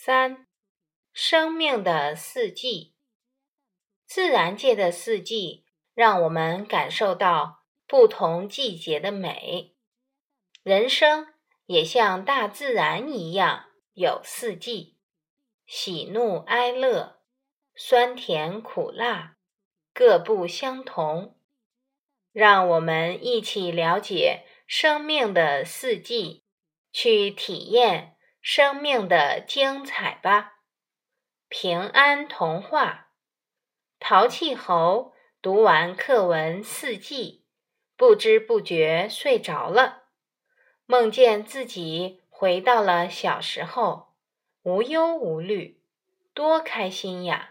3. 生命的四季。自然界的四季让我们感受到不同季节的美，人生也像大自然一样有四季，喜怒哀乐，酸甜苦辣，各不相同。让我们一起了解生命的四季，去体验生命的精彩吧。平安童话。淘气猴读完课文四季，不知不觉睡着了，梦见自己回到了小时候，无忧无虑，多开心呀！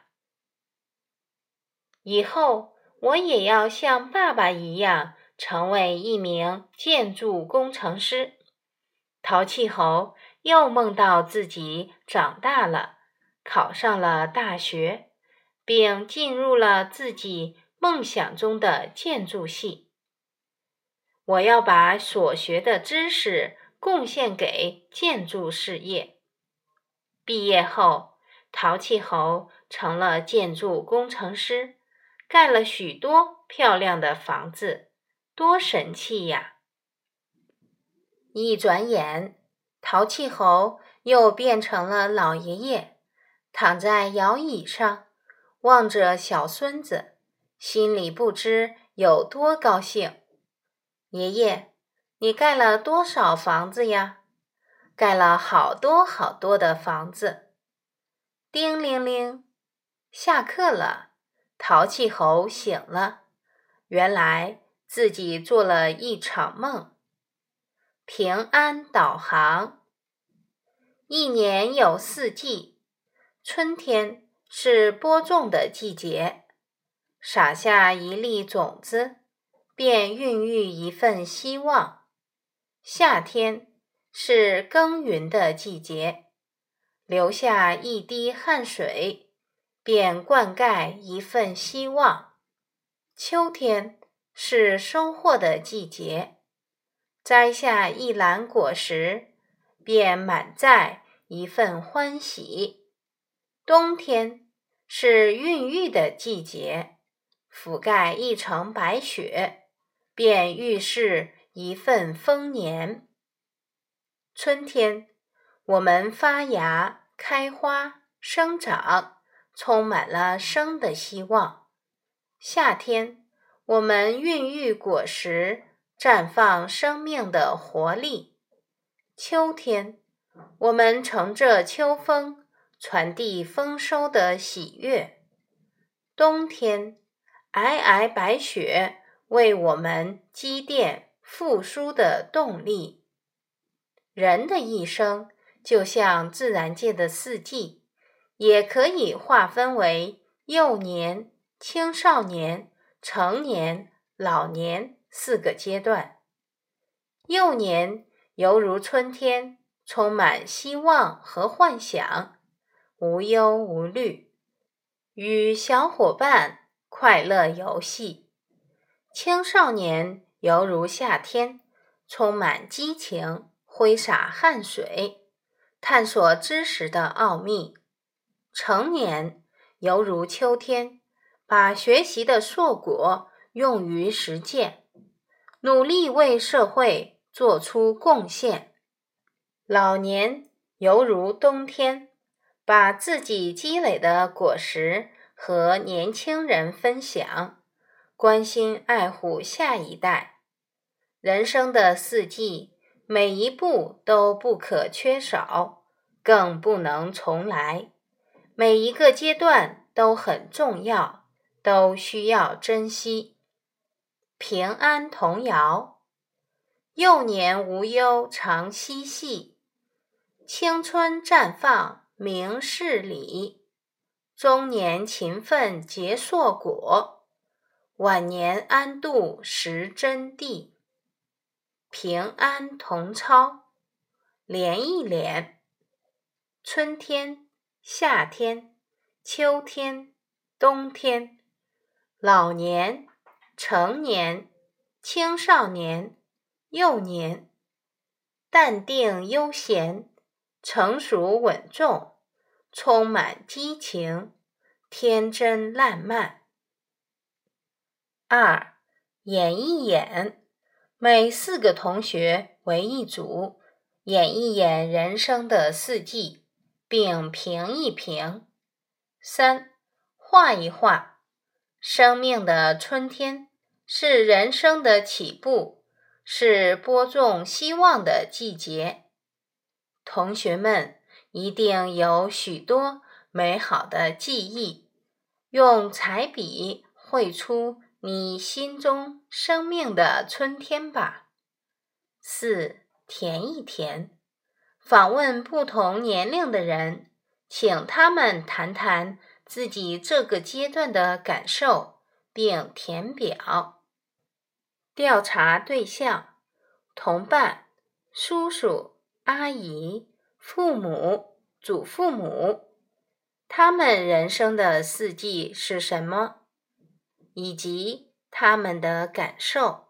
以后我也要像爸爸一样，成为一名建筑工程师。淘气猴又梦到自己长大了，考上了大学，并进入了自己梦想中的建筑系。我要把所学的知识贡献给建筑事业。毕业后，淘气猴成了建筑工程师，盖了许多漂亮的房子，多神气呀！一转眼，淘气猴又变成了老爷爷，躺在摇椅上，望着小孙子，心里不知有多高兴。爷爷，你盖了多少房子呀？盖了好多好多的房子。叮铃铃，下课了，淘气猴醒了，原来自己做了一场梦。平安导航。一年有四季，春天是播种的季节，撒下一粒种子，便孕育一份希望。夏天是耕耘的季节，留下一滴汗水，便灌溉一份希望。秋天是收获的季节，摘下一篮果实，便满载一份欢喜。冬天是孕育的季节，覆盖一层白雪，便预示一份丰年。春天，我们发芽、开花、生长，充满了生的希望。夏天，我们孕育果实，绽放生命的活力。秋天，我们乘着秋风，传递丰收的喜悦。冬天，皑皑白雪为我们积淀复苏的动力。人的一生就像自然界的四季，也可以划分为幼年、青少年、成年、老年四个阶段。幼年犹如春天，充满希望和幻想，无忧无虑，与小伙伴快乐游戏。青少年犹如夏天，充满激情，挥洒汗水，探索知识的奥秘。成年犹如秋天，把学习的硕果用于实践，努力为社会做出贡献。老年犹如冬天，把自己积累的果实和年轻人分享，关心爱护下一代。人生的四季，每一步都不可缺少，更不能重来。每一个阶段都很重要，都需要珍惜。平安童谣。幼年无忧常嬉戏，青春绽放明事理。中年勤奋结硕果，晚年安度识真谛。平安童操。连一连。春天、夏天、秋天、冬天，老年、成年、青少年、幼年，淡定悠闲，成熟稳重， 充满激情，天真烂漫。2. 演一演，每4个同学为一组，演一演人生的4季，并评一评。3. 画一画，生命的春天是人生的起步，是播种希望的季节。同学们一定有许多美好的记忆，用彩笔绘出你心中生命的春天吧。4. 填一填，访问不同年龄的人，请他们谈谈自己这个阶段的感受，并填表。调查对象：同伴、叔叔、阿姨、父母、祖父母。他们人生的4季是什么？以及他们的感受。